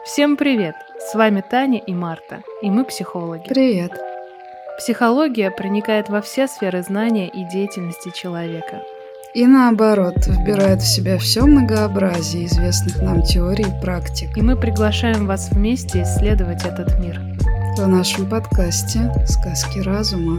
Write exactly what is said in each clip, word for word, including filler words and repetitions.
Всем привет! С вами Таня и Марта, и мы психологи. Привет! Психология проникает во все сферы знания и деятельности человека. И наоборот, вбирает в себя все многообразие известных нам теорий и практик. И мы приглашаем вас вместе исследовать этот мир. В нашем подкасте «Сказки разума».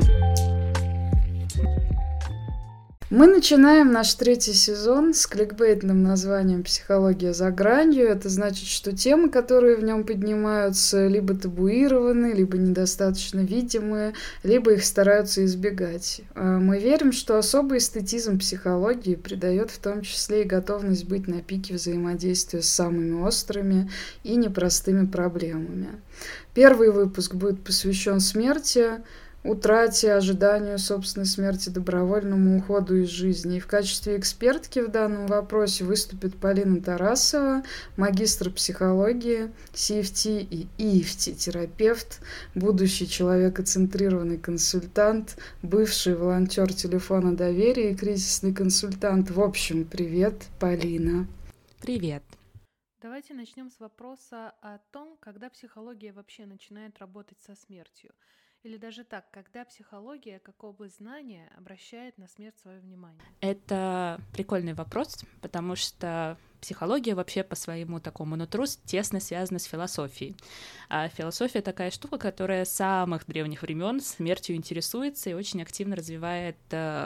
Мы начинаем наш третий сезон с кликбейтным названием «Психология за гранью». Это значит, что темы, которые в нем поднимаются, либо табуированы, либо недостаточно видимы, либо их стараются избегать. Мы верим, что особый эстетизм психологии придает в том числе и готовность быть на пике взаимодействия с самыми острыми и непростыми проблемами. Первый выпуск будет посвящен смерти, утрате, ожиданию собственной смерти, добровольному уходу из жизни. И в качестве экспертки в данном вопросе выступит Полина Тарасова, магистр психологии, си эф ти и и эф ти-терапевт, будущий человекоцентрированный консультант, бывший волонтер телефона доверия и кризисный консультант. В общем, привет, Полина. Привет. Давайте начнем с вопроса о том, когда психология вообще начинает работать со смертью. Или даже так, когда психология, как область знания, обращает на смерть свое внимание? Это прикольный вопрос, потому что психология вообще по своему такому нутру тесно связана с философией. А философия такая штука, которая с самых древних времен смертью интересуется и очень активно развивает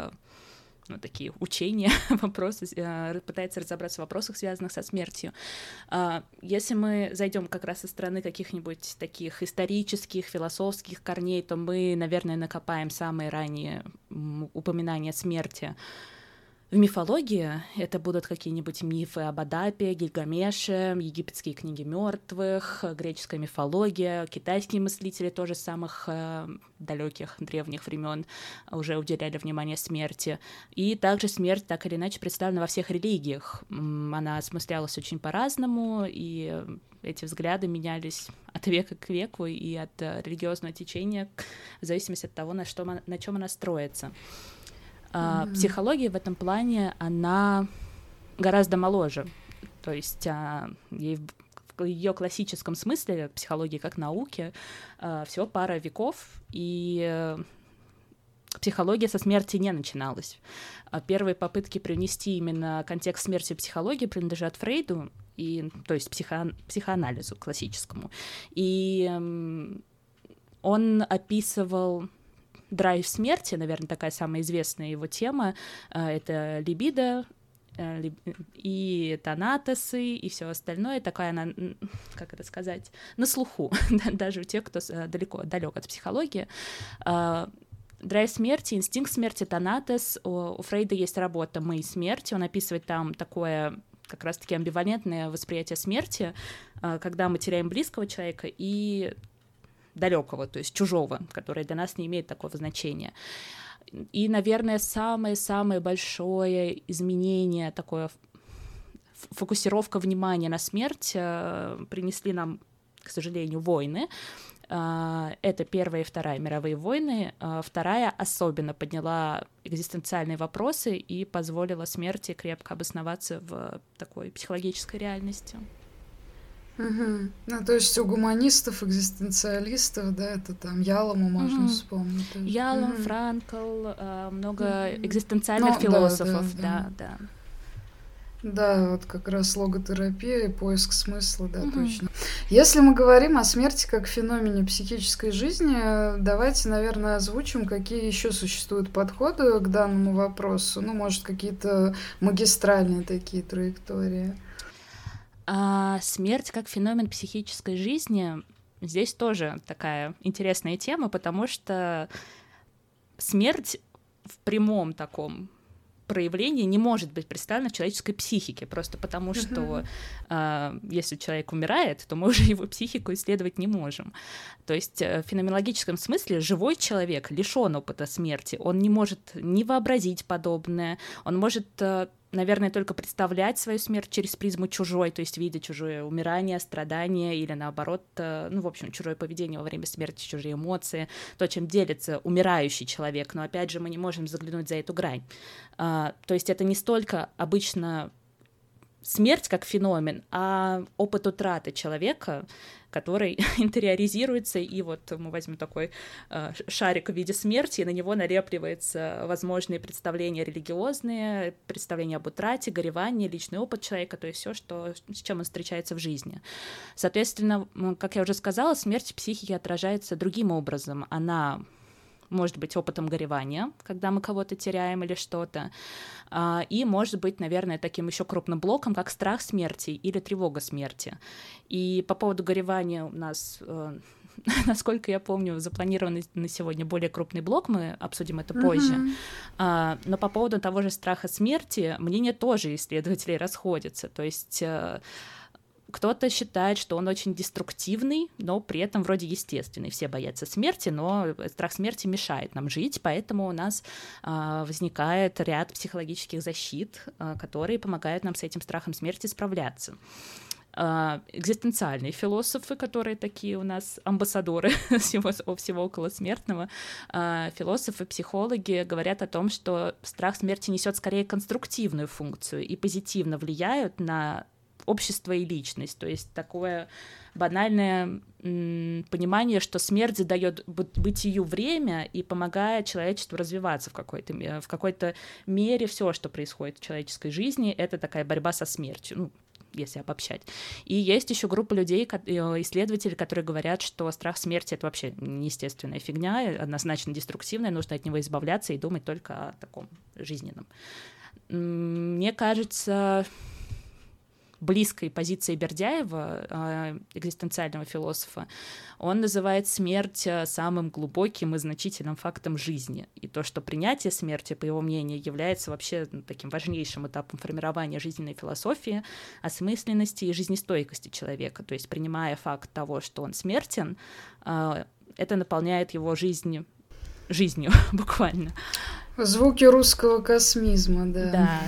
ну, такие учения, вопросы, пытается разобраться в вопросах, связанных со смертью. Если мы зайдем как раз со стороны каких-нибудь таких исторических, философских корней, то мы, наверное, накопаем самые ранние упоминания смерти в мифологии. Это будут какие-нибудь мифы об Адапе, Гильгамеше, египетские книги мертвых, греческая мифология, китайские мыслители тоже с самых э, далеких древних времен уже уделяли внимание смерти. И также смерть так или иначе представлена во всех религиях. Она осмыслялась очень по-разному, и эти взгляды менялись от века к веку и от религиозного течения в зависимости от того, на, что, на чем она строится. Mm-hmm. Психология в этом плане, она гораздо моложе, то есть ей в ее классическом смысле, психологии как науки, всего пара веков, и психология со смерти не начиналась. Первые попытки привнести именно контекст смерти в психологию принадлежат Фрейду, и, то есть психо, психоанализу классическому, и он описывал драйв смерти, наверное, такая самая известная его тема, это либидо и танатосы и все остальное, такая она, как это сказать, на слуху, даже у тех, кто далеко, далек от психологии. Драйв смерти, инстинкт смерти, танатос. У Фрейда есть работа «Мы и смерть», он описывает там такое как раз-таки амбивалентное восприятие смерти, когда мы теряем близкого человека и далекого, то есть чужого, который для нас не имеет такого значения. И, наверное, самое-самое большое изменение, такое фокусировка внимания на смерть принесли нам, к сожалению, войны. Это Первая и Вторая мировые войны. Вторая особенно подняла экзистенциальные вопросы и позволила смерти крепко обосноваться в такой психологической реальности. Угу. Ну, то есть у гуманистов, экзистенциалистов, да, это там Ялому можно угу. вспомнить. Тоже. Ялом, угу. Франкл, много угу. экзистенциальных ну, философов, да, да, да. Да, да, вот как раз логотерапия и поиск смысла, да, угу. точно. Если мы говорим о смерти как феномене психической жизни, давайте, наверное, озвучим, какие еще существуют подходы к данному вопросу. Ну, может, какие-то магистральные такие траектории. А смерть как феномен психической жизни, здесь тоже такая интересная тема, потому что смерть в прямом таком проявлении не может быть представлена в человеческой психике, просто потому что uh-huh. э, если человек умирает, то мы уже его психику исследовать не можем. То есть в феноменологическом смысле живой человек лишён опыта смерти, он не может ни вообразить подобное, он может э, наверное, только представлять свою смерть через призму чужой, то есть видя чужое умирание, страдания или, наоборот, ну, в общем, чужое поведение во время смерти, чужие эмоции, то, чем делится умирающий человек, но, опять же, мы не можем заглянуть за эту грань. То есть это не столько обычно смерть как феномен, а опыт утраты человека, который интериоризируется, и вот мы возьмем такой э, шарик в виде смерти, и на него налепливаются возможные представления религиозные, представления об утрате, горевании, личный опыт человека, то есть все, что, с чем он встречается в жизни. Соответственно, как я уже сказала, смерть в психике отражается другим образом. Она может быть опытом горевания, когда мы кого-то теряем или что-то, и может быть, наверное, таким еще крупным блоком, как страх смерти или тревога смерти. И по поводу горевания у нас, насколько я помню, запланирован на сегодня более крупный блок, мы обсудим это позже. Uh-huh. Но по поводу того же страха смерти мнения тоже исследователей расходятся. То есть кто-то считает, что он очень деструктивный, но при этом вроде естественный. Все боятся смерти, но страх смерти мешает нам жить, поэтому у нас а, возникает ряд психологических защит, а, которые помогают нам с этим страхом смерти справляться. А, экзистенциальные философы, которые такие у нас амбассадоры всего, всего околосмертного, а, философы, психологи говорят о том, что страх смерти несет скорее конструктивную функцию и позитивно влияют на общество и личность, то есть такое банальное м, понимание, что смерть задает бытию время и помогает человечеству развиваться в какой-то, в какой-то мере. Все, что происходит в человеческой жизни, это такая борьба со смертью, ну, если обобщать. И есть еще группа людей, исследователей, которые говорят, что страх смерти — это вообще неестественная фигня, однозначно деструктивная, нужно от него избавляться и думать только о таком жизненном. Мне кажется, близкой позиции Бердяева, экзистенциального философа, он называет смерть самым глубоким и значительным фактом жизни. И то, что принятие смерти, по его мнению, является вообще таким важнейшим этапом формирования жизненной философии, осмысленности и жизнестойкости человека. То есть, принимая факт того, что он смертен, это наполняет его жизнь жизнью, буквально. Звуки русского космизма, да. Да,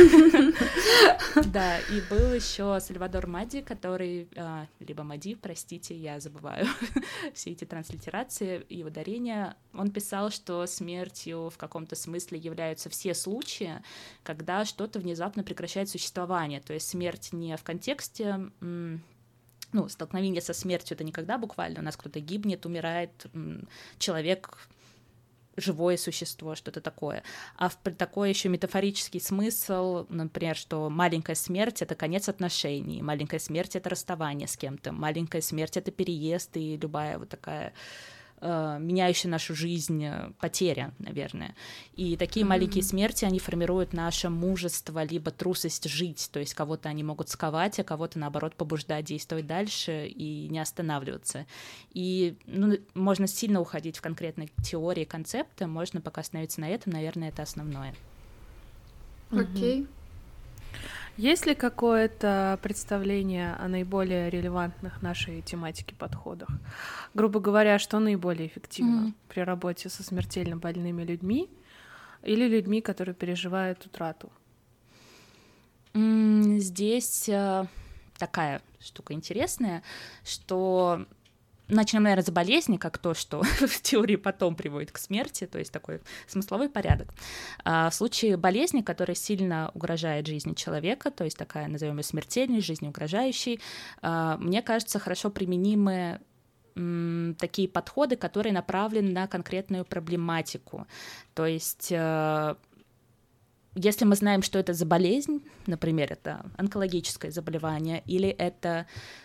да. Да, и был еще Сальвадор Мади, который, либо Мади, простите, я забываю все эти транслитерации и ударения. Он писал, что смертью в каком-то смысле являются все случаи, когда что-то внезапно прекращает существование. То есть смерть не в контексте... Ну, столкновение со смертью — это никогда буквально. У нас кто-то гибнет, умирает, человек... живое существо, что-то такое. А в такой еще метафорический смысл, например, что маленькая смерть — это конец отношений, маленькая смерть — это расставание с кем-то, маленькая смерть — это переезд и любая вот такая э, меняющая нашу жизнь потеря, наверное. И такие mm-hmm. маленькие смерти, они формируют наше мужество либо трусость жить, то есть кого-то они могут сковать, а кого-то, наоборот, побуждать действовать дальше и не останавливаться. И ну, можно сильно уходить в конкретные теории, концепты, можно пока остановиться на этом, наверное, это основное. Окей. Okay. Есть ли какое-то представление о наиболее релевантных нашей тематике подходах? Грубо говоря, что наиболее эффективно mm-hmm. при работе со смертельно больными людьми или людьми, которые переживают утрату? Mm, здесь uh, такая штука интересная, что... Начнем, наверное, за болезни, как то, что в теории потом приводит к смерти, то есть такой смысловой порядок. А в случае болезни, которая сильно угрожает жизни человека, то есть такая, назовем ее, смертельной, жизнеугрожающей, мне кажется, хорошо применимы такие подходы, которые направлены на конкретную проблематику. То есть если мы знаем, что это за болезнь, например, это онкологическое заболевание, или это...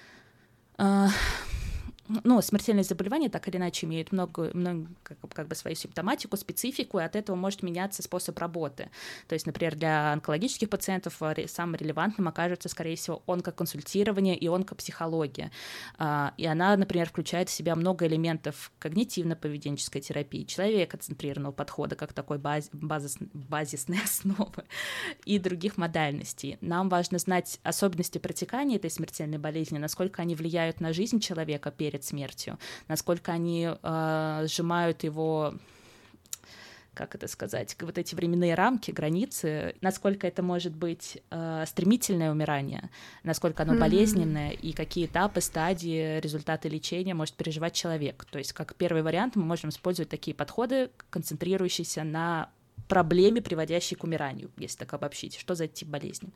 Ну, смертельные заболевания так или иначе имеют много, много как, как бы свою симптоматику, специфику, и от этого может меняться способ работы. То есть, например, для онкологических пациентов самым релевантным окажется, скорее всего, онкоконсультирование и онкопсихология. И она, например, включает в себя много элементов когнитивно-поведенческой терапии, человекоцентрированного подхода, как такой баз, базис, базисной основы, и других модальностей. Нам важно знать особенности протекания этой смертельной болезни, насколько они влияют на жизнь человека перед смертью, насколько они э, сжимают его, как это сказать, вот эти временные рамки, границы, насколько это может быть э, стремительное умирание, насколько оно mm-hmm. болезненное, и какие этапы, стадии, результаты лечения может переживать человек. То есть как первый вариант мы можем использовать такие подходы, концентрирующиеся на проблеме, приводящей к умиранию, если так обобщить. Что за тип болезни?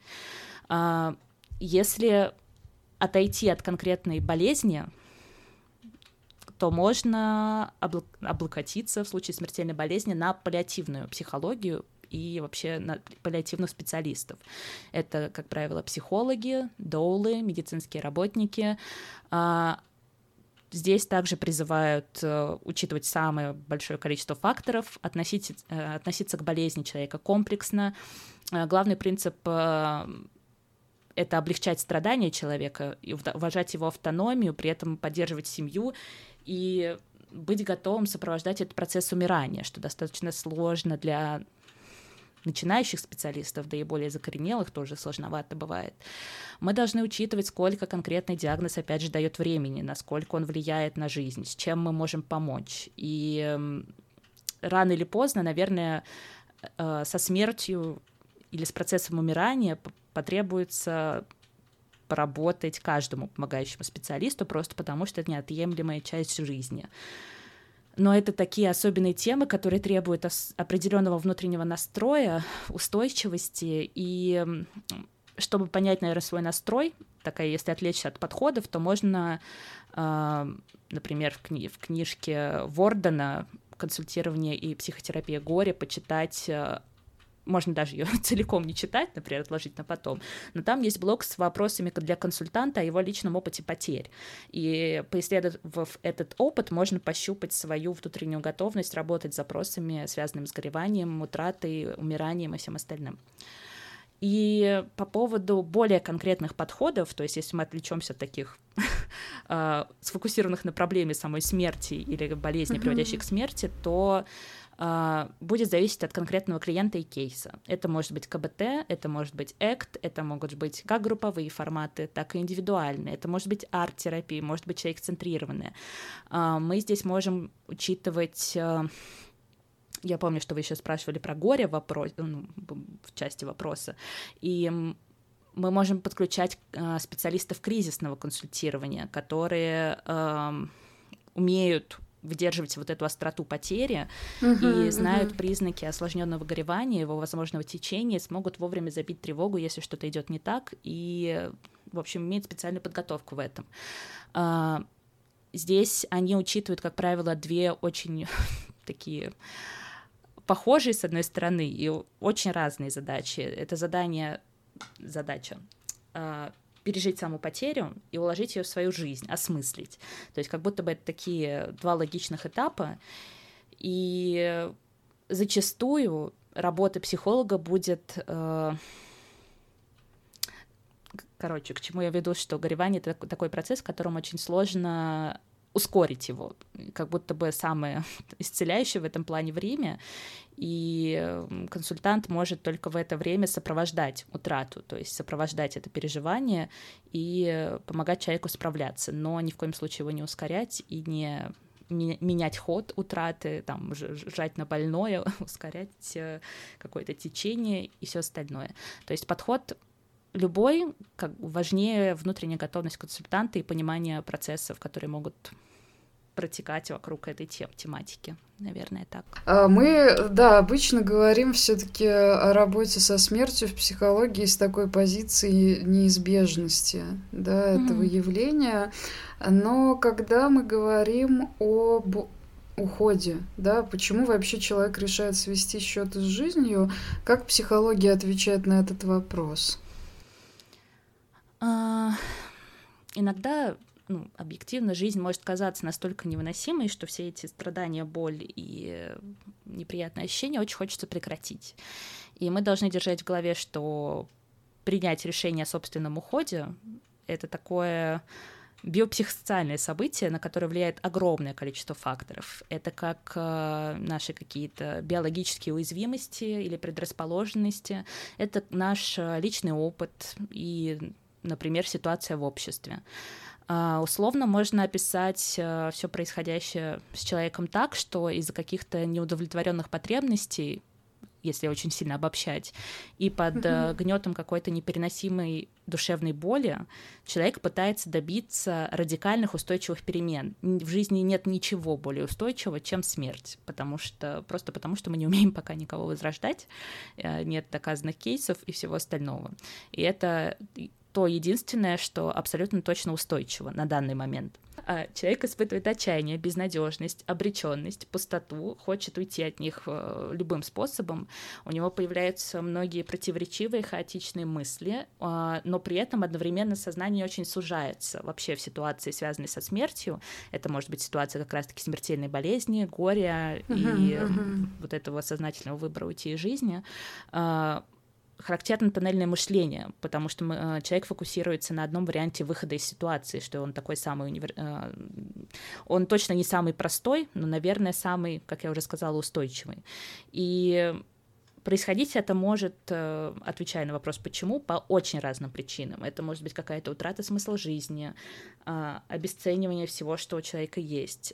Если отойти от конкретной болезни, то можно облокотиться в случае смертельной болезни на паллиативную психологию и вообще на паллиативных специалистов. Это, как правило, психологи, доулы, медицинские работники. Здесь также призывают учитывать самое большое количество факторов, относить, относиться к болезни человека комплексно. Главный принцип — это облегчать страдания человека, и уважать его автономию, при этом поддерживать семью и быть готовым сопровождать этот процесс умирания, что достаточно сложно для начинающих специалистов, да и более закоренелых тоже сложновато бывает. Мы должны учитывать, сколько конкретный диагноз, опять же, дает времени, насколько он влияет на жизнь, с чем мы можем помочь. И рано или поздно, наверное, со смертью или с процессом умирания потребуется поработать каждому помогающему специалисту, просто потому что это неотъемлемая часть жизни. Но это такие особенные темы, которые требуют определенного внутреннего настроя, устойчивости. И чтобы понять, наверное, свой настрой, такая, если отвлечься от подходов, то можно, например, в, кни- в книжке Вордена «Консультирование и психотерапия горя» почитать. Можно даже ее целиком не читать, например, отложить на потом, но там есть блок с вопросами для консультанта о его личном опыте потерь. И поисследовав этот опыт, можно пощупать свою внутреннюю готовность работать с запросами, связанными с гореванием, утратой, умиранием и всем остальным. И по поводу более конкретных подходов, то есть если мы отвлечемся от таких сфокусированных на проблеме самой смерти или болезни, приводящей к смерти, то будет зависеть от конкретного клиента и кейса. Это может быть ка бэ тэ, это может быть экт, это могут быть как групповые форматы, так и индивидуальные, это может быть арт-терапия, может быть человек-центрированная. Мы здесь можем учитывать... Я помню, что вы еще спрашивали про горе в, вопрос... ну, в части вопроса, и мы можем подключать специалистов кризисного консультирования, которые умеют выдерживать вот эту остроту потери uh-huh, и знают uh-huh. признаки осложненного горевания, его возможного течения, смогут вовремя забить тревогу, если что-то идет не так, и, в общем, имеют специальную подготовку в этом. Здесь они учитывают, как правило, две очень такие похожие, с одной стороны, и очень разные задачи. Это задание, задача пережить саму потерю и уложить ее в свою жизнь, осмыслить. То есть как будто бы это такие два логичных этапа, и зачастую работа психолога будет... Э... Короче, к чему я веду, что горевание — это такой процесс, в котором очень сложно ускорить его, как будто бы самое исцеляющее в этом плане время, и консультант может только в это время сопровождать утрату, то есть сопровождать это переживание и помогать человеку справляться, но ни в коем случае его не ускорять и не менять ход утраты, там, жать на больное, ускорять какое-то течение и все остальное. То есть подход любой, как важнее внутренняя готовность консультанта и понимание процессов, которые могут протекать вокруг этой тем, тематики. Наверное, так. Мы, да, обычно говорим все-таки о работе со смертью в психологии с такой позиции неизбежности, да, mm-hmm. этого явления. Но когда мы говорим об уходе, да, почему вообще человек решает свести счеты с жизнью, как психология отвечает на этот вопрос? А, иногда, ну, объективно жизнь может казаться настолько невыносимой, что все эти страдания, боль и неприятные ощущения очень хочется прекратить. И мы должны держать в голове, что принять решение о собственном уходе — это такое биопсихосоциальное событие, на которое влияет огромное количество факторов. Это как э, наши какие-то биологические уязвимости или предрасположенности, это наш личный опыт и, например, ситуация в обществе. Uh, условно можно описать uh, все происходящее с человеком так, что из-за каких-то неудовлетворенных потребностей если очень сильно обобщать, и под mm-hmm. гнетом какой-то непереносимой душевной боли человек пытается добиться радикальных устойчивых перемен. В жизни нет ничего более устойчивого, чем смерть, потому что, просто потому что мы не умеем пока никого возрождать, нет доказанных кейсов и всего остального. И это то единственное, что абсолютно точно устойчиво на данный момент. Человек испытывает отчаяние, безнадежность, обреченность, пустоту, хочет уйти от них любым способом. У него появляются многие противоречивые, хаотичные мысли, но при этом одновременно сознание очень сужается. Вообще в ситуации, связанной со смертью, это может быть ситуация как раз-таки смертельной болезни, горя uh-huh, и uh-huh. вот этого сознательного выбора уйти из жизни, характерно тоннельное мышление, потому что мы, человек фокусируется на одном варианте выхода из ситуации, что он такой самый универ... он точно не самый простой, но, наверное, самый, как я уже сказала, устойчивый. И происходить это может, отвечая на вопрос «почему?», по очень разным причинам. Это может быть какая-то утрата смысла жизни, обесценивание всего, что у человека есть,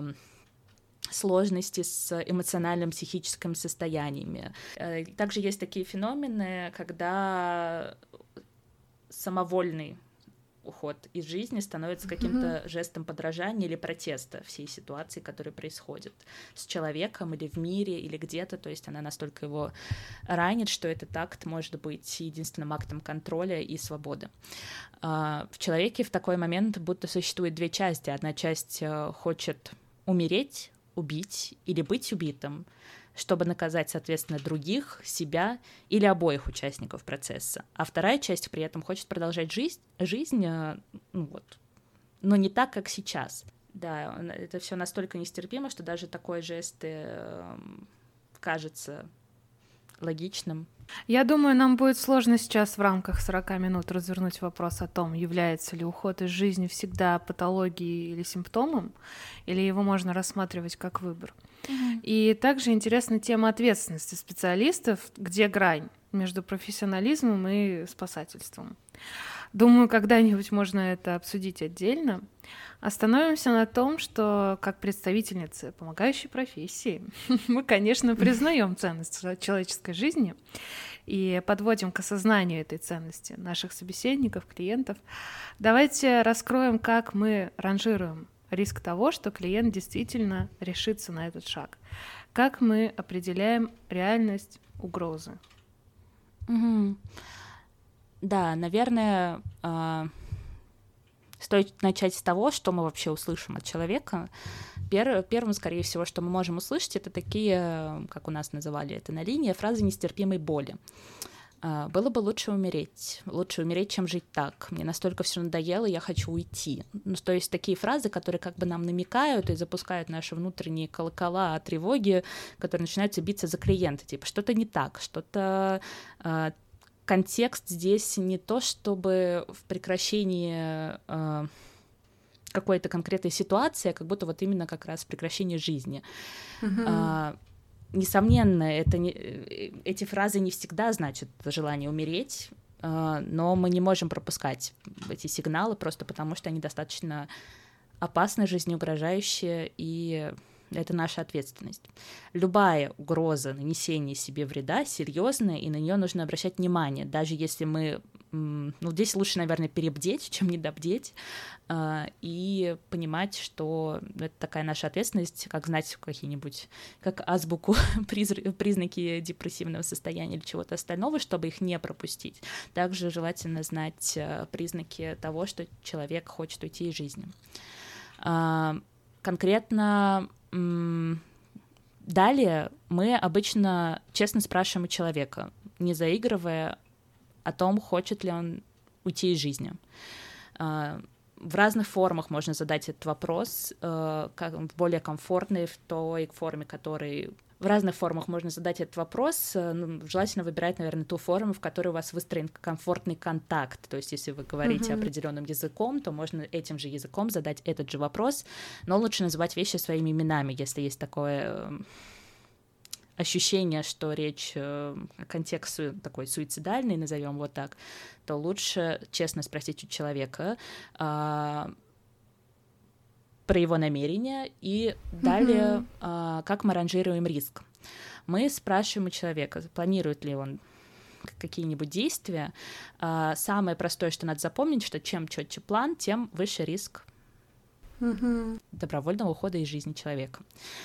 сложности с эмоциональным, психическим состояниями. Также есть такие феномены, когда самовольный уход из жизни становится каким-то mm-hmm. жестом подражания или протеста всей ситуации, которая происходит с человеком или в мире, или где-то, то есть она настолько его ранит, что этот акт может быть единственным актом контроля и свободы. В человеке в такой момент будто существует две части. Одна часть хочет умереть, убить или быть убитым, чтобы наказать, соответственно, других, себя или обоих участников процесса. А вторая часть при этом хочет продолжать жизнь, жизнь ну вот, но не так, как сейчас. Да, это все настолько нестерпимо, что даже такой жест э, кажется логичным. Я думаю, нам будет сложно сейчас в рамках сорок минут развернуть вопрос о том, является ли уход из жизни всегда патологией или симптомом, или его можно рассматривать как выбор. Mm-hmm. И также интересна тема ответственности специалистов, где грань между профессионализмом и спасательством. Думаю, когда-нибудь можно это обсудить отдельно. Остановимся на том, что как представительницы помогающей профессии мы, конечно, признаем ценность человеческой жизни и подводим к осознанию этой ценности наших собеседников, клиентов. Давайте раскроем, как мы ранжируем риск того, что клиент действительно решится на этот шаг. Как мы определяем реальность угрозы. Mm-hmm. Да, наверное, э, стоит начать с того, что мы вообще услышим от человека. Пер, первым, скорее всего, что мы можем услышать, это такие, как у нас называли это на линии, фразы нестерпимой боли. Э, было бы лучше умереть, лучше умереть, чем жить так. Мне настолько все надоело, я хочу уйти. Ну, то есть такие фразы, которые как бы нам намекают и запускают наши внутренние колокола о тревоге, которые начинают биться за клиента. Типа что-то не так, что-то... Э, Контекст здесь не то, чтобы в прекращении э, какой-то конкретной ситуации, а как будто вот именно как раз прекращение жизни. Mm-hmm. А, несомненно, это не, эти фразы не всегда значат желание умереть, а, но мы не можем пропускать эти сигналы просто потому, что они достаточно опасны, жизнеугрожающие, и это наша ответственность. Любая угроза нанесения себе вреда серьезная, и на нее нужно обращать внимание, даже если мы, ну, здесь лучше, наверное, перебдеть, чем недобдеть, и понимать, что это такая наша ответственность, как знать какие-нибудь, как азбуку признаки депрессивного состояния или чего-то остального, чтобы их не пропустить. Также желательно знать признаки того, что человек хочет уйти из жизни. Конкретно далее мы обычно честно спрашиваем у человека, не заигрывая о том, хочет ли он уйти из жизни. В разных формах можно задать этот вопрос, в более комфортной, в той форме, которой... В разных формах можно задать этот вопрос. Ну, желательно выбирать, наверное, ту форму, в которой у вас выстроен комфортный контакт. То есть, если вы говорите mm-hmm. определенным языком, то можно этим же языком задать этот же вопрос, но лучше называть вещи своими именами, если есть такое ощущение, что речь, контекст такой суицидальный, назовем вот так, то лучше честно спросить у человека про его намерения и далее, mm-hmm. как мы ранжируем риск. Мы спрашиваем у человека, планирует ли он какие-нибудь действия. Самое простое, что надо запомнить, что чем четче план, тем выше риск Mm-hmm. добровольного ухода из жизни человека.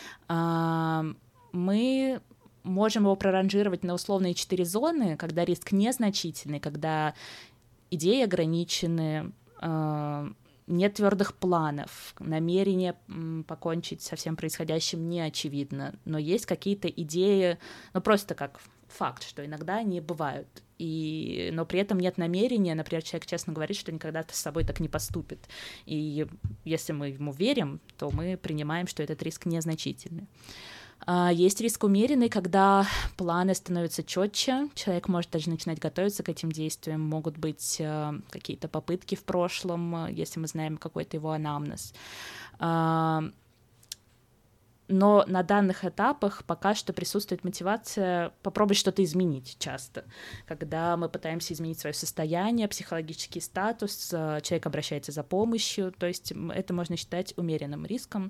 Мы можем его проранжировать на условные четыре зоны, когда риск незначительный, когда идеи ограничены, нет твердых планов, намерение покончить со всем происходящим не очевидно, но есть какие-то идеи, ну просто как факт, что иногда они бывают, и, но при этом нет намерения, например, человек честно говорит, что никогда с собой так не поступит, и если мы ему верим, то мы принимаем, что этот риск незначительный. Есть риск умеренный, когда планы становятся четче, человек может даже начинать готовиться к этим действиям, могут быть какие-то попытки в прошлом, если мы знаем какой-то его анамнез. Но на данных этапах пока что присутствует мотивация попробовать что-то изменить часто. Когда мы пытаемся изменить свое состояние, психологический статус, человек обращается за помощью, то есть это можно считать умеренным риском.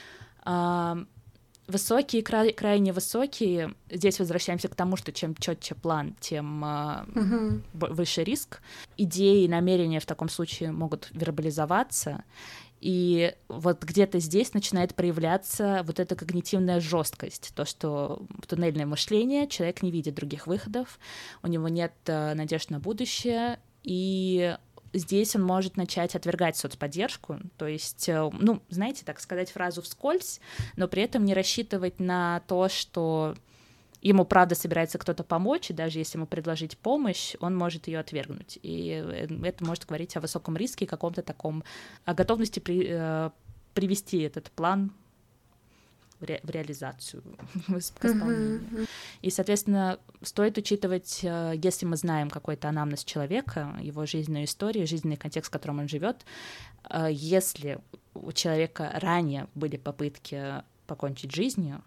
Высокие, край, крайне высокие, здесь возвращаемся к тому, что чем четче план, тем uh-huh. выше риск. Идеи и намерения в таком случае могут вербализоваться, и вот где-то здесь начинает проявляться вот эта когнитивная жесткость, то, что туннельное мышление, человек не видит других выходов, у него нет надежд на будущее, и здесь он может начать отвергать соцподдержку, то есть, ну, знаете, так сказать фразу вскользь, но при этом не рассчитывать на то, что ему правда собирается кто-то помочь, и даже если ему предложить помощь, он может ее отвергнуть. И это может говорить о высоком риске, каком-то таком, о готовности при, э, привести этот план в, ре, в реализацию, к исполнению. Mm-hmm. И, соответственно, стоит учитывать, если мы знаем какой-то анамнез человека, его жизненную историю, жизненный контекст, в котором он живет, если у человека ранее были попытки покончить жизнью,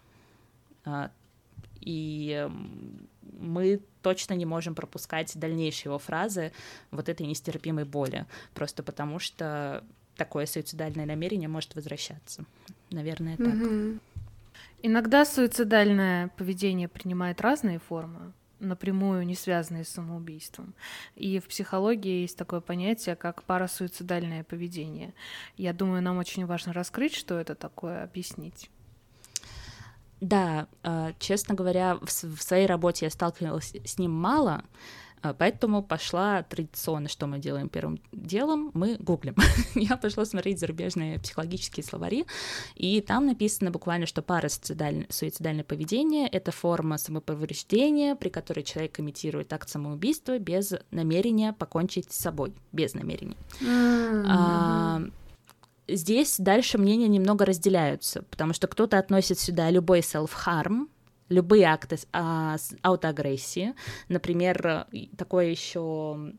и мы точно не можем пропускать дальнейшие его фразы вот этой нестерпимой боли, просто потому что такое суицидальное намерение может возвращаться. Наверное, так. Mm-hmm. Иногда суицидальное поведение принимает разные формы, напрямую не связанные с самоубийством. И в психологии есть такое понятие, как парасуицидальное поведение. Я думаю, нам очень важно раскрыть, что это такое, объяснить. Да, честно говоря, в своей работе я сталкивалась с ним мало, поэтому пошла традиционно, что мы делаем первым делом, мы гуглим. Я пошла смотреть зарубежные психологические словари, и там написано буквально, что парасуицидальное поведение — это форма самоповреждения, при которой человек имитирует акт самоубийства без намерения покончить с собой, без намерения. Mm-hmm. А, здесь дальше мнения немного разделяются, потому что кто-то относит сюда любой self-harm, любые акты а, аутоагрессии, например, такое еще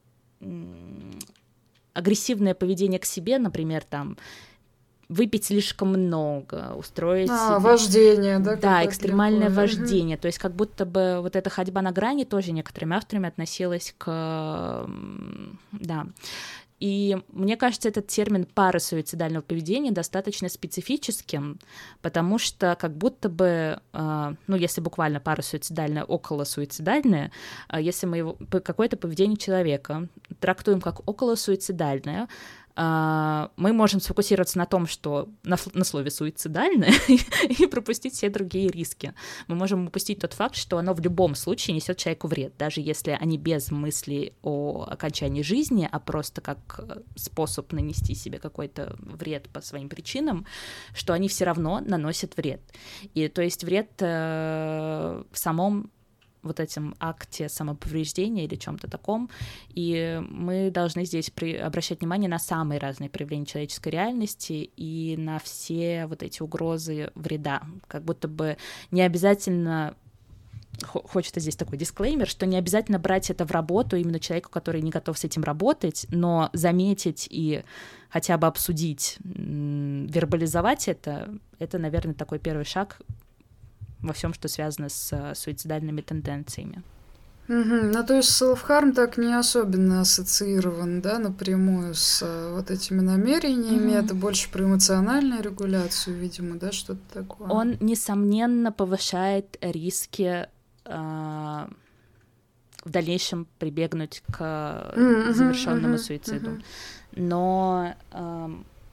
агрессивное поведение к себе, например, там выпить слишком много, устроить... А, вождение, да? Да, экстремальное такое. вождение. То есть как будто бы вот эта ходьба на грани тоже некоторыми авторами относилась к... Да. И мне кажется, этот термин парасуицидального поведения достаточно специфическим, потому что как будто бы, ну, если буквально парасуицидальное, околосуицидальное, если мы его, какое-то поведение человека трактуем как околосуицидальное, мы можем сфокусироваться на том, что на, на слове суицидальное и пропустить все другие риски. Мы можем упустить тот факт, что оно в любом случае несет человеку вред, даже если они без мысли о окончании жизни, а просто как способ нанести себе какой-то вред по своим причинам, что они все равно наносят вред. И то есть вред э, в самом вот этом акте самоповреждения или чем-то таком, и мы должны здесь при... обращать внимание на самые разные проявления человеческой реальности и на все вот эти угрозы вреда, как будто бы не обязательно, хочется здесь такой дисклеймер, что не обязательно брать это в работу именно человеку, который не готов с этим работать, но заметить и хотя бы обсудить, вербализовать это, это, наверное, такой первый шаг во всем, что связано с суицидальными тенденциями. Угу. Ну, то есть self-harm так не особенно ассоциирован, да, напрямую с вот этими намерениями. Угу. Это больше про эмоциональную регуляцию, видимо, да, что-то такое. Он, несомненно, повышает риски э, в дальнейшем прибегнуть к mm-hmm, завершенному mm-hmm, суициду. Mm-hmm. Но э,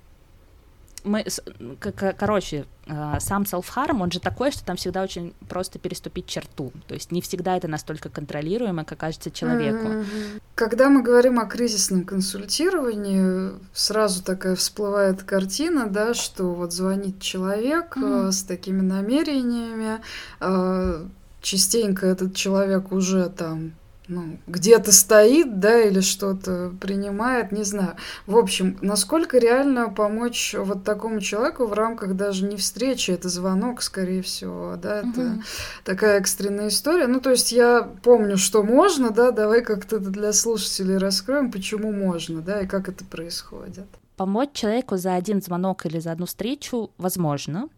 мы, к- короче, э, сам self-harm, он же такой, что там всегда очень просто переступить черту. То есть не всегда это настолько контролируемо, как кажется человеку. Mm-hmm. Когда мы говорим о кризисном консультировании, сразу такая всплывает картина, да, что вот звонит человек mm-hmm. э, с такими намерениями, э, частенько этот человек уже там ну, где-то стоит, да, или что-то принимает, не знаю. В общем, насколько реально помочь вот такому человеку в рамках даже не встречи, это звонок, скорее всего, да, это угу. такая экстренная история. Ну, то есть я помню, что можно, да, давай как-то это для слушателей раскроем, почему можно, да, и как это происходит. Помочь человеку за один звонок или за одну встречу возможно.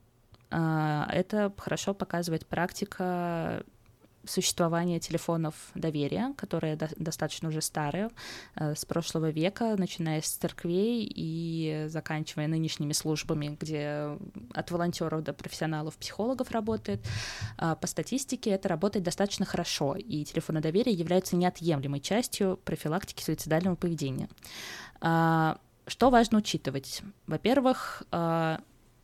Это хорошо показывает практика существование телефонов доверия, которые до- достаточно уже старые, э, с прошлого века, начиная с церквей и заканчивая нынешними службами, где от волонтеров до профессионалов, психологов работает. Э, по статистике это работает достаточно хорошо, и телефоны доверия являются неотъемлемой частью профилактики суицидального поведения. Э, что важно учитывать? Во-первых, э,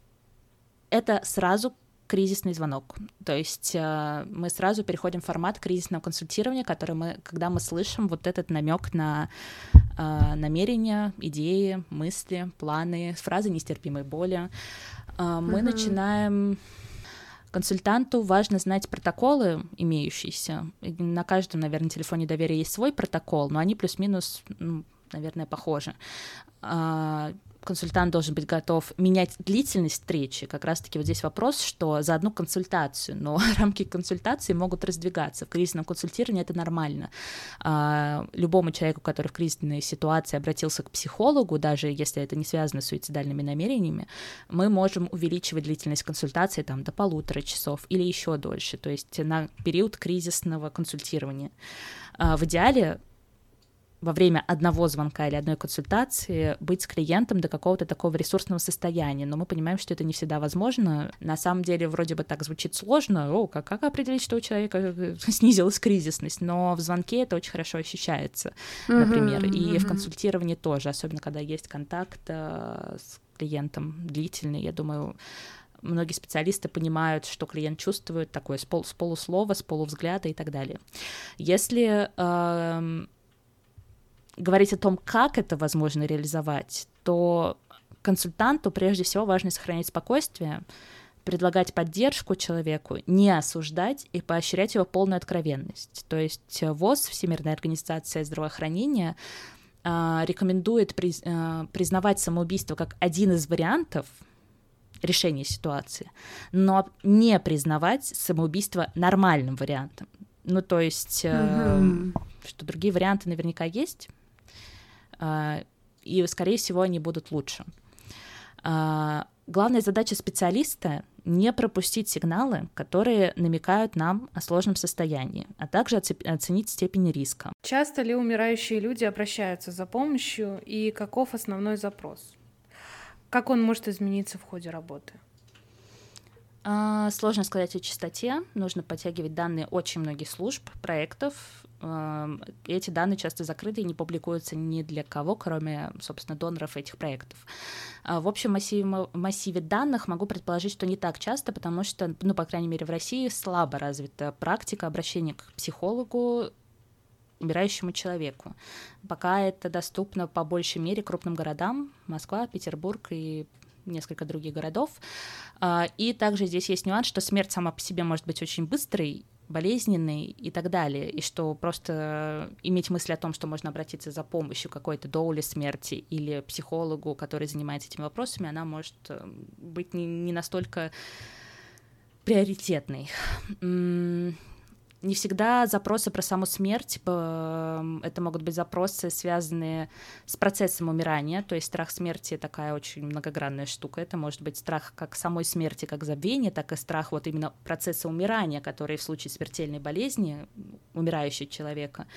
это сразу кризисный звонок. То есть э, мы сразу переходим в формат кризисного консультирования, который мы, когда мы слышим вот этот намек на э, намерения, идеи, мысли, планы, фразы нестерпимой боли, э, мы mm-hmm. начинаем... Консультанту важно знать протоколы имеющиеся. На каждом, наверное, телефоне доверия есть свой протокол, но они плюс-минус, ну, наверное, похожи. Э, консультант должен быть готов менять длительность встречи. Как раз-таки вот здесь вопрос, что за одну консультацию, но рамки консультации могут раздвигаться. В кризисном консультировании это нормально. Любому человеку, который в кризисной ситуации обратился к психологу, даже если это не связано с суицидальными намерениями, мы можем увеличивать длительность консультации там, до полутора часов или еще дольше, то есть на период кризисного консультирования. В идеале во время одного звонка или одной консультации быть с клиентом до какого-то такого ресурсного состояния, но мы понимаем, что это не всегда возможно. На самом деле вроде бы так звучит сложно, о, как, как определить, что у человека снизилась кризисность, но в звонке это очень хорошо ощущается, например, uh-huh, и uh-huh. в консультировании тоже, особенно когда есть контакт э, с клиентом длительный, я думаю, многие специалисты понимают, что клиент чувствует такое с, пол, с полуслова, с полувзгляда и так далее. Если э, говорить о том, как это возможно реализовать, то консультанту прежде всего важно сохранять спокойствие, предлагать поддержку человеку, не осуждать и поощрять его полную откровенность. То есть ВОЗ, Всемирная организация здравоохранения, рекомендует признавать самоубийство как один из вариантов решения ситуации, но не признавать самоубийство нормальным вариантом. Ну, то есть, mm-hmm. что другие варианты наверняка есть, и, скорее всего, они будут лучше. Главная задача специалиста — не пропустить сигналы, которые намекают нам о сложном состоянии, а также оценить степень риска. Часто ли умирающие люди обращаются за помощью, и каков основной запрос? Как он может измениться в ходе работы? Сложно сказать о частоте. Нужно подтягивать данные очень многих служб, проектов. Эти данные часто закрыты и не публикуются ни для кого, кроме, собственно, доноров этих проектов. В общем массиве, массиве данных могу предположить, что не так часто, потому что, ну, по крайней мере, в России слабо развита практика обращения к психологу, умирающему человеку. Пока это доступно по большей мере крупным городам: Москва, Петербург и несколько других городов. И также здесь есть нюанс, что смерть сама по себе может быть очень быстрой, болезненной и так далее, и что просто иметь мысли о том, что можно обратиться за помощью какой-то доули смерти или психологу, который занимается этими вопросами, она может быть не, не настолько приоритетной. Не всегда запросы про саму смерть, это могут быть запросы, связанные с процессом умирания, то есть страх смерти такая очень многогранная штука. Это может быть страх как самой смерти, как забвения, так и страх вот именно процесса умирания, который в случае смертельной болезни умирающего человека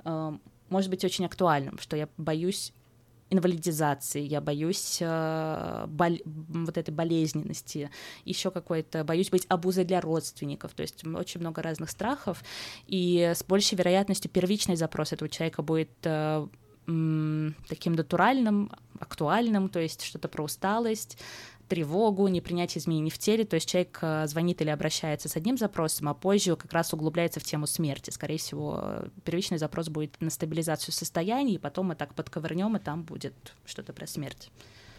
может быть очень актуальным, что я боюсь инвалидизации, я боюсь э, бол- вот этой болезненности, еще какой-то, боюсь быть обузой для родственников, то есть очень много разных страхов, и с большей вероятностью первичный запрос этого человека будет э, м- таким натуральным, актуальным, то есть что-то про усталость, тревогу, непринятие изменений в теле, то есть человек звонит или обращается с одним запросом, а позже как раз углубляется в тему смерти. Скорее всего, первичный запрос будет на стабилизацию состояния, и потом мы так подковырнем, и там будет что-то про смерть.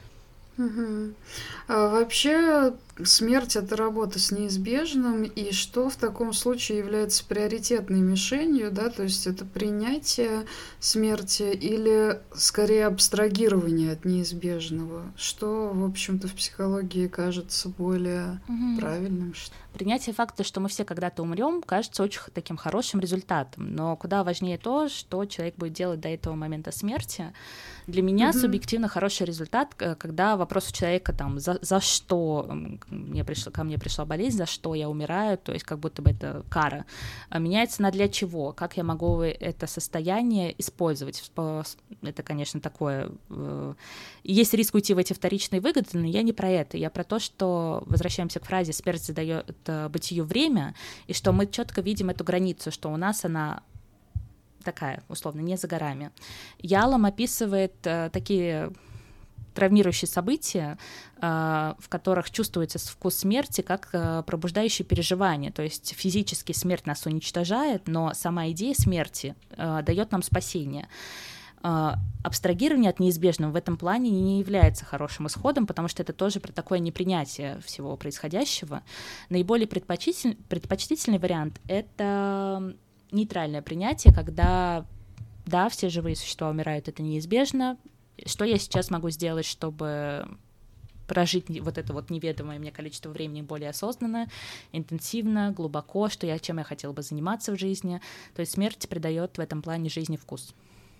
Угу. А вообще смерть — это работа с неизбежным, и что в таком случае является приоритетной мишенью, да, то есть это принятие смерти или скорее абстрагирование от неизбежного, что, в общем-то, в психологии кажется более угу. правильным. Принятие факта, что мы все когда-то умрем, кажется очень таким хорошим результатом, но куда важнее то, что человек будет делать до этого момента смерти. Для меня mm-hmm. субъективно хороший результат, когда вопрос у человека там, за, за что мне пришло, ко мне пришла болезнь, за что я умираю, то есть как будто бы это кара, меняется на для чего, как я могу это состояние использовать. Это, конечно, такое... Есть риск уйти в эти вторичные выгоды, но я не про это, я про то, что, возвращаемся к фразе «смерть задает бытию время», и что мы четко видим эту границу, что у нас она такая, условно, не за горами. Ялом описывает э, такие травмирующие события, э, в которых чувствуется вкус смерти, как э, пробуждающие переживания. То есть физически смерть нас уничтожает, но сама идея смерти э, дает нам спасение. Э, абстрагирование от неизбежного в этом плане не является хорошим исходом, потому что это тоже про такое непринятие всего происходящего. Наиболее предпочтительный, предпочтительный вариант — это нейтральное принятие, когда, да, все живые существа умирают, это неизбежно. Что я сейчас могу сделать, чтобы прожить вот это вот неведомое мне количество времени более осознанно, интенсивно, глубоко, что я, чем я хотела бы заниматься в жизни. То есть смерть придает в этом плане жизни вкус.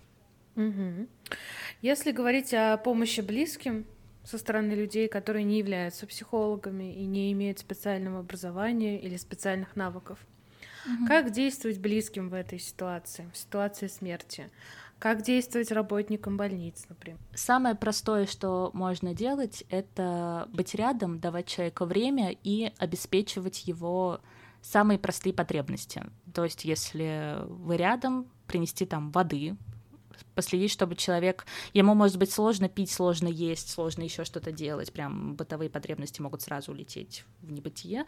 Угу. Если говорить о помощи близким со стороны людей, которые не являются психологами и не имеют специального образования или специальных навыков, угу. Как действовать близким в этой ситуации, в ситуации смерти? Как действовать работникам больниц, например? Самое простое, что можно делать, это быть рядом, давать человеку время и обеспечивать его самые простые потребности. То есть, если вы рядом, принести там воды, последить, чтобы человек... Ему, может быть, сложно пить, сложно есть, сложно еще что-то делать. Прям бытовые потребности могут сразу улететь в небытие.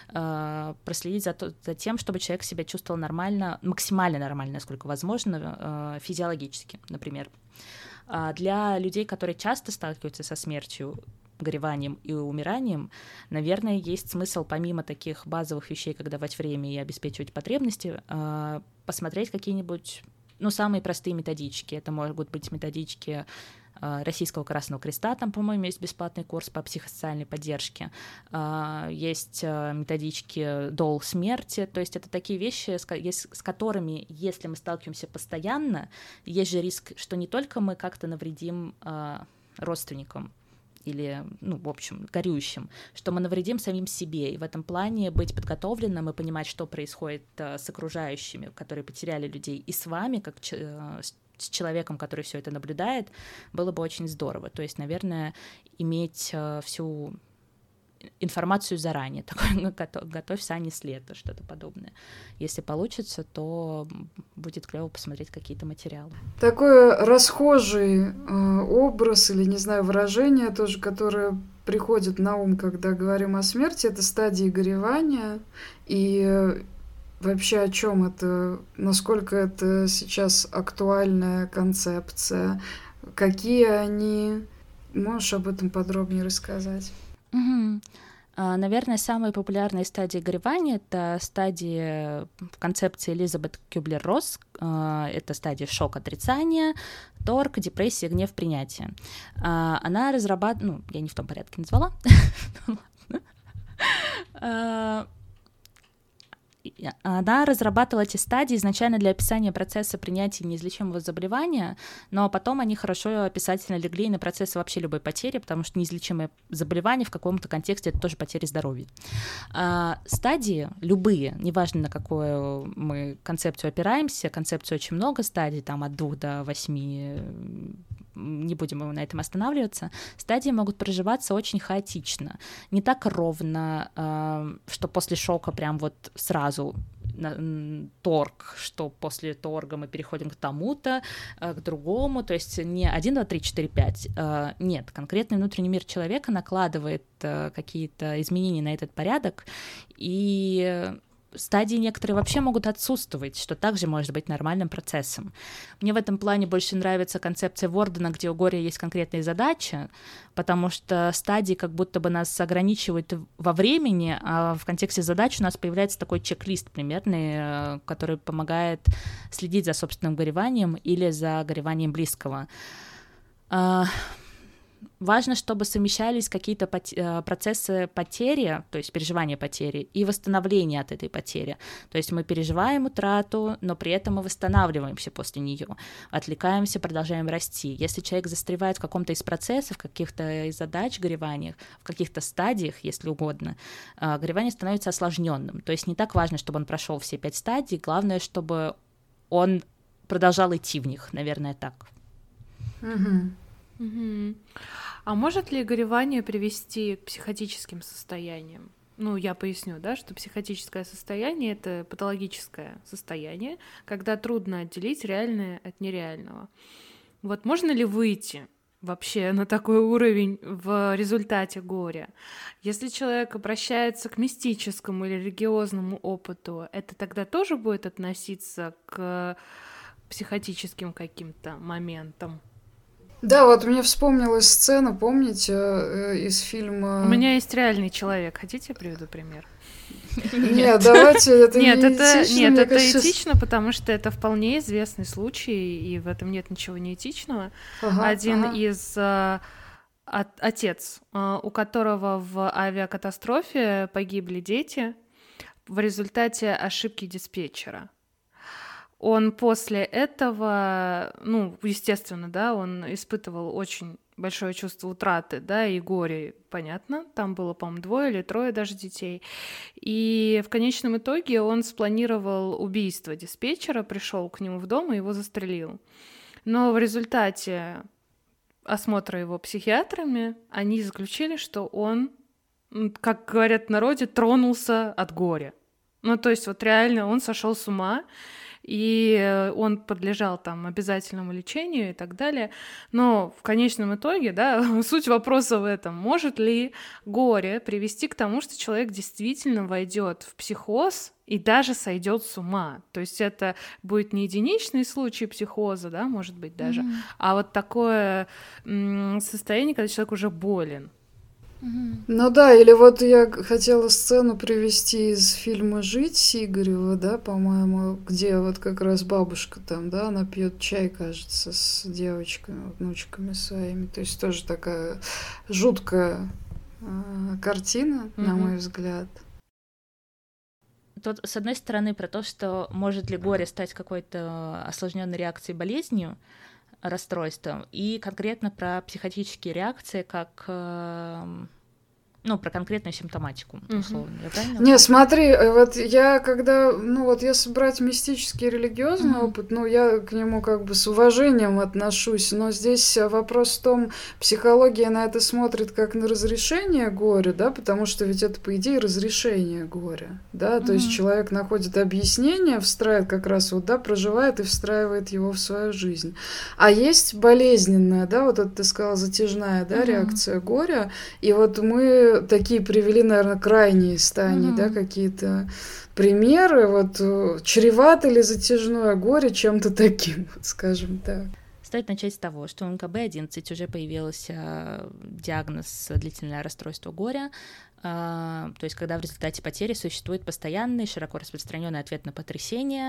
Э, проследить за, то, за тем, чтобы человек себя чувствовал нормально, максимально нормально, насколько возможно, э, физиологически, например. А для людей, которые часто сталкиваются со смертью, гореванием и умиранием, наверное, есть смысл, помимо таких базовых вещей, как давать время и обеспечивать потребности, э, посмотреть какие-нибудь... Ну, самые простые методички. Это могут быть методички э, Российского Красного Креста, там, по-моему, есть бесплатный курс по психосоциальной поддержке. Э, есть э, методички дол смерти. То есть это такие вещи, с, с которыми, если мы сталкиваемся постоянно, есть же риск, что не только мы как-то навредим э, родственникам, или, ну, в общем, горюющим, что мы навредим самим себе. И в этом плане быть подготовленным и понимать, что происходит uh, с окружающими, которые потеряли людей, и с вами, как ч- uh, с человеком, который все это наблюдает, было бы очень здорово. То есть, наверное, иметь uh, всю информацию заранее, такой, готовь сани с лета, что-то подобное. Если получится, то будет клево посмотреть какие-то материалы. Такой расхожий э, образ или, не знаю, выражение тоже, которое приходит на ум, когда говорим о смерти, это стадии горевания. И э, вообще о чем это, насколько это сейчас актуальная концепция, какие они... Можешь об этом подробнее рассказать? Угу. Наверное, самые популярные стадии горевания — это стадии в концепции Элизабет Кюблер-Росс. Это стадии шок-отрицания, торг, депрессия, гнев, принятие. Она разрабатывает... Ну, я не в том порядке назвала. она разрабатывала эти стадии изначально для описания процесса принятия неизлечимого заболевания, но потом они хорошо описательно легли на процесс вообще любой потери, потому что неизлечимое заболевание в каком-то контексте — это тоже потеря здоровья. А стадии любые, неважно, на какую мы концепцию опираемся, концепцию очень много стадий, там от двух до восьми, не будем на этом останавливаться, стадии могут проживаться очень хаотично, не так ровно, что после шока прям вот сразу торг, что после торга мы переходим к тому-то, к другому, то есть не один, два, три, четыре, пять, нет, конкретный внутренний мир человека накладывает какие-то изменения на этот порядок, и стадии некоторые вообще могут отсутствовать, что также может быть нормальным процессом. Мне в этом плане больше нравится концепция Вордена, где у горя есть конкретные задачи, потому что стадии как будто бы нас ограничивают во времени, а в контексте задач у нас появляется такой чек-лист примерный, который помогает следить за собственным гореванием или за гореванием близкого. Важно, чтобы совмещались какие-то процессы потери, то есть переживания потери, и восстановления от этой потери. То есть мы переживаем утрату, но при этом мы восстанавливаемся после нее, отвлекаемся, продолжаем расти. Если человек застревает в каком-то из процессов, в каких-то из задач гореваниях, в каких-то стадиях, если угодно, горевание становится осложненным. То есть не так важно, чтобы он прошел все пять стадий, главное, чтобы он продолжал идти в них, наверное, так. Угу. Угу. А может ли горевание привести к психотическим состояниям? Ну, я поясню, да, что психотическое состояние — это патологическое состояние, когда трудно отделить реальное от нереального. Вот можно ли выйти вообще на такой уровень в результате горя? Если человек обращается к мистическому или религиозному опыту, это тогда тоже будет относиться к психотическим каким-то моментам? Да, вот мне вспомнилась сцена, помните, из фильма... У меня есть реальный человек. Хотите, я приведу пример? Нет, давайте, это нет, не это, этично. Нет, это кажется, этично, потому что это вполне известный случай, и в этом нет ничего неэтичного. Ага, Один ага. из... А, отец, а, у которого в авиакатастрофе погибли дети в результате ошибки диспетчера. Он после этого, ну, естественно, да, он испытывал очень большое чувство утраты, да, и горя, понятно, там было, по-моему, двое или трое даже детей, и в конечном итоге он спланировал убийство диспетчера, пришел к нему в дом и его застрелил. Но в результате осмотра его психиатрами они заключили, что он, как говорят в народе, тронулся от горя. Ну, то есть вот реально он сошел с ума, и он подлежал там обязательному лечению и так далее. Но в конечном итоге, да, суть вопроса в этом: может ли горе привести к тому, что человек действительно войдет в психоз и даже сойдет с ума? То есть это будет не единичный случай психоза, да, может быть даже, mm-hmm. а вот такое м- состояние, когда человек уже болен. Ну да, или вот я хотела сцену привести из фильма «Жить» Сигарева, да, по-моему, где вот как раз бабушка там, да, она пьет чай, кажется, с девочками, внучками своими. То есть тоже такая жуткая э, картина, mm-hmm. на мой взгляд. Тут, с одной стороны, про то, что может ли горе стать какой-то осложненной реакцией, болезнью, расстройством, и конкретно про психотические реакции, как, ну, про конкретную симптоматику, условно. Mm-hmm. Я правильно? Не, смотри, вот я когда, ну вот если брать мистический религиозный mm-hmm. опыт, ну я к нему как бы с уважением отношусь, но здесь вопрос в том, психология на это смотрит как на разрешение горя, да, потому что ведь это, по идее, разрешение горя, да, mm-hmm. то есть человек находит объяснение, встраивает как раз вот, да, проживает и встраивает его в свою жизнь. А есть болезненная, да, вот это ты сказала, затяжная, да, mm-hmm. реакция горя, и вот мы такие привели, наверное, крайние стадии, mm-hmm. да, какие-то примеры, вот чревато ли затяжное горе чем-то таким, скажем так. Стоит начать с того, что у эн ка бэ одиннадцать уже появился диагноз длительное расстройство горя, то есть когда в результате потери существует постоянный, широко распространенный ответ на потрясение,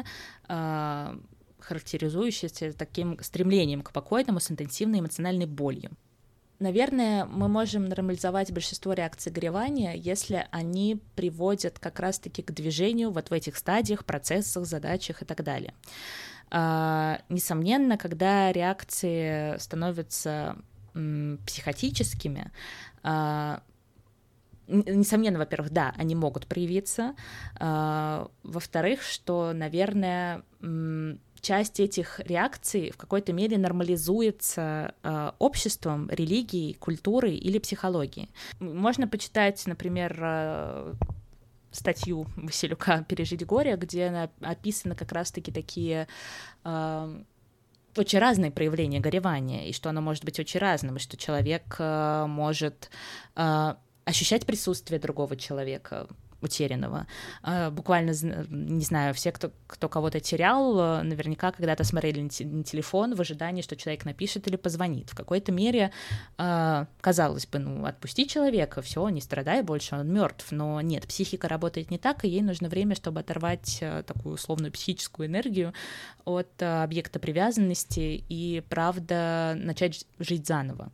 характеризующийся таким стремлением к покойному с интенсивной эмоциональной болью. наверное, мы можем нормализовать большинство реакций горевания, если они приводят как раз-таки к движению вот в этих стадиях, процессах, задачах и так далее. А, несомненно, когда реакции становятся м, психотическими, а, несомненно, во-первых, да, они могут проявиться, а, во-вторых, что, наверное, м, часть этих реакций в какой-то мере нормализуется э, обществом, религией, культурой или психологией. Можно почитать, например, э, статью Василюка «Пережить горе», где описаны как раз-таки такие э, очень разные проявления горевания, и что оно может быть очень разным, и что человек э, может э, ощущать присутствие другого человека, утерянного. Буквально, не знаю, все, кто, кто кого-то терял, наверняка когда-то смотрели на телефон в ожидании, что человек напишет или позвонит. В какой-то мере, казалось бы, ну, отпусти человека, все, не страдай больше, он мертв. Но нет, психика работает не так, и ей нужно время, чтобы оторвать такую условную психическую энергию от объекта привязанности и, правда, начать жить заново.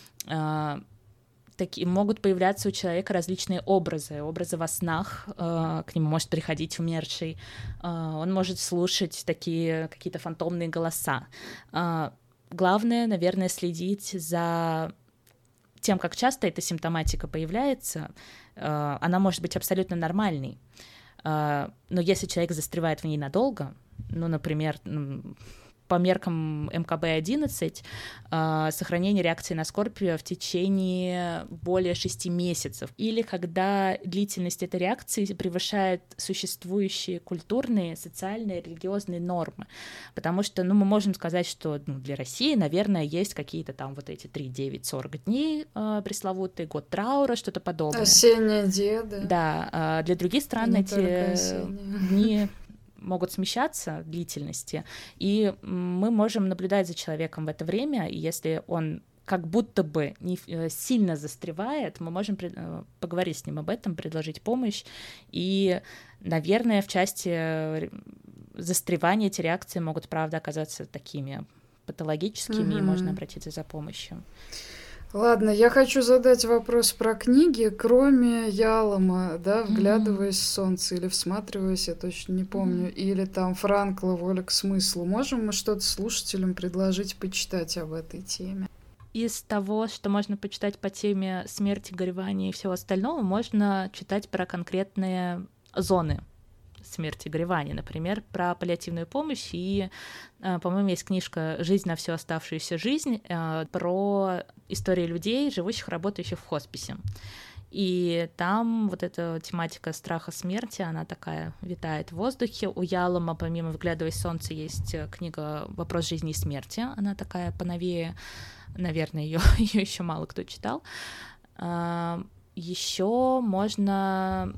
Такие, могут появляться у человека различные образы, образы во снах, э, к нему может приходить умерший, э, он может слушать такие какие-то фантомные голоса. Э, главное, наверное, следить за тем, как часто эта симптоматика появляется. Э, она может быть абсолютно нормальной, э, но если человек застревает в ней надолго, ну, например, по меркам эм ка бэ одиннадцать, э, сохранение реакции на скорбь в течение более шести месяцев. Или когда длительность этой реакции превышает существующие культурные, социальные, религиозные нормы. Потому что, ну, мы можем сказать, что ну, для России, наверное, есть какие-то там вот эти три, девять, сорок дней э, пресловутый, год траура, что-то подобное. Осенние деды. Да, э, для других стран эти дни могут смещаться длительности, и мы можем наблюдать за человеком в это время, и если он как будто бы не сильно застревает, мы можем поговорить с ним об этом, предложить помощь, и, наверное, в части застревания эти реакции могут, правда, оказаться такими патологическими, угу. и можно обратиться за помощью. Ладно, я хочу задать вопрос про книги, кроме Ялома, да, «Вглядываясь в солнце» или «Всматриваясь», я точно не помню, mm-hmm. или там Франкла «Воля к смыслу». Можем мы что-то слушателям предложить почитать об этой теме? Из того, что можно почитать по теме смерти, горевания и всего остального, можно читать про конкретные зоны смерти и горевания, например, про паллиативную помощь, и, по-моему, есть книжка «Жизнь на всю оставшуюся жизнь» про истории людей, живущих, работающих в хосписе. И там вот эта тематика страха смерти, она такая витает в воздухе. У Ялома, помимо «Вглядываясь в солнце», есть книга «Вопрос жизни и смерти», она такая поновее, наверное, ее еще мало кто читал. Еще можно...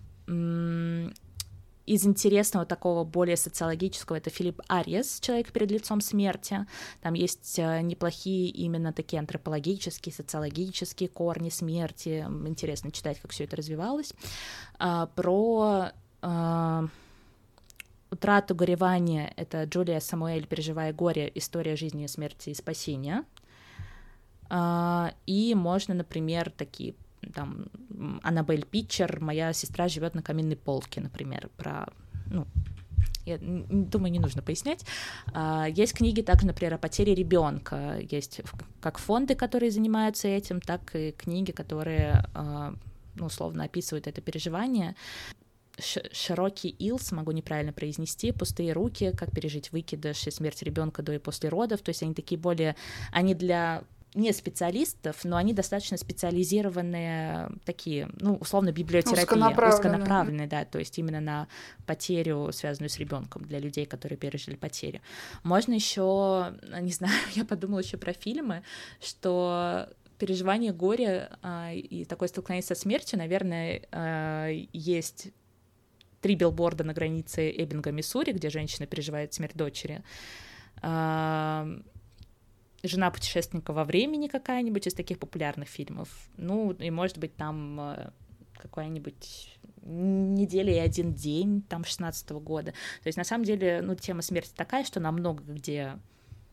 Из интересного такого более социологического это Филипп Арьес «Человек перед лицом смерти». Там есть неплохие именно такие антропологические, социологические корни смерти. Интересно читать, как все это развивалось. Про утрату, горевания это Джулия Самуэль «Переживая горе. История жизни, смерти и спасения». И можно, например, такие там Аннабель Питчер «Моя сестра живет на каминной полке», например, про, ну, я думаю, не нужно пояснять. Есть книги также, например, о потере ребенка, есть как фонды, которые занимаются этим, так и книги, которые, ну, условно описывают это переживание. Широкий Илс, могу неправильно произнести, «Пустые руки. Как пережить выкидыш и смерть ребенка до и после родов». То есть они такие более, они для не специалистов, но они достаточно специализированные, такие, ну, условно, библиотерапия, узконаправленные, узконаправленные, да, то есть именно на потерю, связанную с ребенком, для людей, которые пережили потерю. Можно еще, не знаю, я подумала еще про фильмы, что переживание горя а, и такое столкновение со смертью, наверное, а, есть три билборда на границе Эббинга, Миссури, где женщина переживает смерть дочери. А, «Жена путешественника во времени» какая-нибудь из таких популярных фильмов. Ну, и, может быть, там какая-нибудь «Неделя и один день», там, шестнадцатого года. То есть, на самом деле, ну, тема смерти такая, что она много где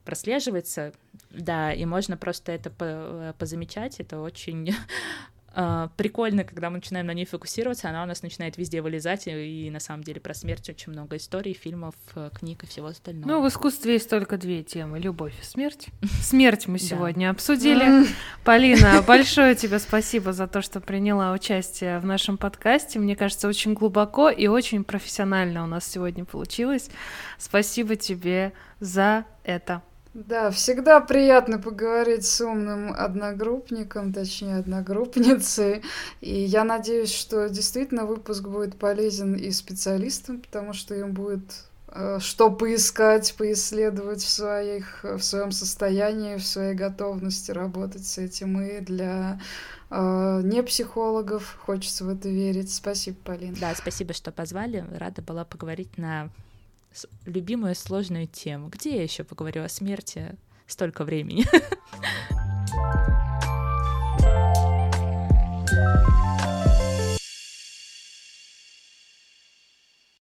прослеживается, да, и можно просто это позамечать, это очень прикольно, когда мы начинаем на ней фокусироваться, она у нас начинает везде вылезать, и на самом деле про смерть очень много историй, фильмов, книг и всего остального. Ну, в искусстве есть только две темы — любовь и смерть. Смерть мы сегодня обсудили. Полина, большое тебе спасибо за то, что приняла участие в нашем подкасте. Мне кажется, очень глубоко и очень профессионально у нас сегодня получилось. Спасибо тебе за это. Да, всегда приятно поговорить с умным одногруппником, точнее, одногруппницей. И я надеюсь, что действительно выпуск будет полезен и специалистам, потому что им будет э, что поискать, поисследовать в, своих, в своем состоянии, в своей готовности работать с этим. И для э, не психологов хочется в это верить. Спасибо, Полина. Да, спасибо, что позвали. Рада была поговорить на любимую сложную тему. Где я еще поговорю о смерти столько времени?